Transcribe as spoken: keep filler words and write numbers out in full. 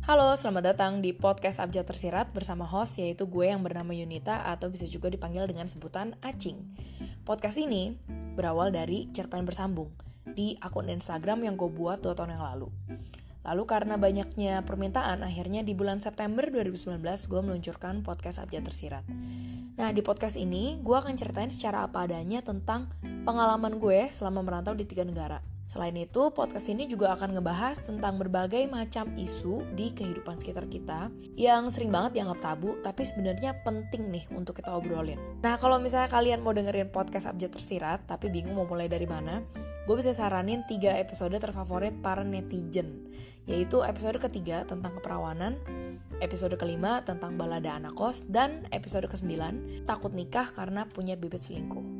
Halo, selamat datang di podcast Abjad Tersirat bersama host yaitu gue yang bernama Yunita atau bisa juga dipanggil dengan sebutan Acing. Podcast ini berawal dari cerpen bersambung di akun Instagram yang gue buat dua tahun yang lalu. Lalu karena banyaknya permintaan, akhirnya di bulan September dua ribu sembilan belas gue meluncurkan podcast Abjad Tersirat. Nah, di podcast ini gue akan ceritain secara apa adanya tentang pengalaman gue selama merantau di tiga negara. Selain itu, podcast ini juga akan ngebahas tentang berbagai macam isu di kehidupan sekitar kita yang sering banget dianggap tabu, tapi sebenarnya penting nih untuk kita obrolin. Nah, kalau misalnya kalian mau dengerin podcast Abjad Tersirat, tapi bingung mau mulai dari mana, gue bisa saranin tiga episode terfavorit para netizen, yaitu episode ketiga tentang keperawanan, episode kelima tentang balada anak kos, dan episode kesembilan takut nikah karena punya bibit selingkuh.